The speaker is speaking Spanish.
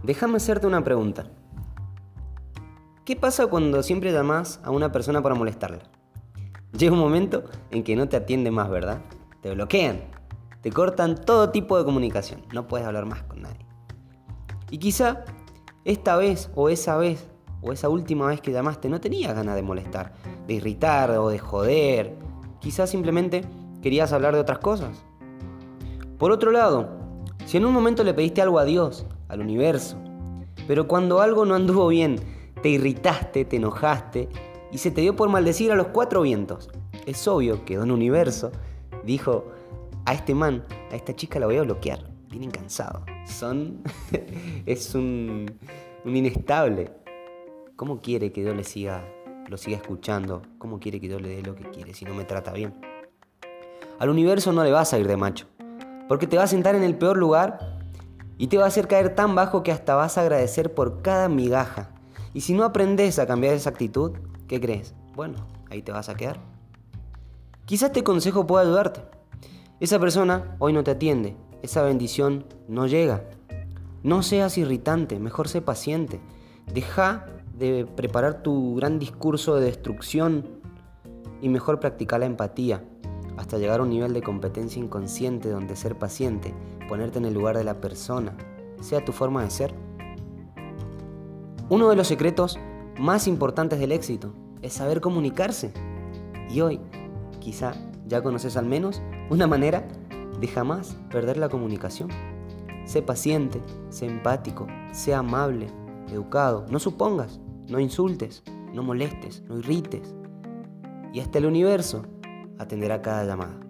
Déjame hacerte una pregunta. ¿Qué pasa cuando siempre llamas a una persona para molestarla? Llega un momento en que no te atiende más, ¿verdad? Te bloquean, te cortan todo tipo de comunicación, no puedes hablar más con nadie. Y quizá esta vez o esa última vez que llamaste no tenías ganas de molestar, de irritar o de joder. Quizás simplemente querías hablar de otras cosas. Por otro lado, si en un momento le pediste algo a Dios, al universo, pero cuando algo no anduvo bien, te irritaste, te enojaste y se te dio por maldecir a los cuatro vientos, es obvio que Don Universo dijo: a este man, a esta chica la voy a bloquear, vienen cansados, es un inestable. ¿Cómo quiere que yo lo siga escuchando? ¿Cómo quiere que yo le dé lo que quiere si no me trata bien? Al universo no le vas a ir de macho, porque te va a sentar en el peor lugar y te va a hacer caer tan bajo que hasta vas a agradecer por cada migaja. Y si no aprendes a cambiar esa actitud, ¿qué crees? Bueno, ahí te vas a quedar. Quizás este consejo pueda ayudarte. Esa persona hoy no te atiende, esa bendición no llega. No seas irritante, mejor sé paciente. Deja de preparar tu gran discurso de destrucción y mejor practica la empatía hasta llegar a un nivel de competencia inconsciente donde ser paciente, ponerte en el lugar de la persona, sea tu forma de ser. Uno de los secretos más importantes del éxito es saber comunicarse. Y hoy, quizá ya conoces al menos una manera de jamás perder la comunicación. Sé paciente, sé empático, sé amable, educado. No supongas, no insultes, no molestes, no irrites. Y hasta el universo atenderá cada llamada.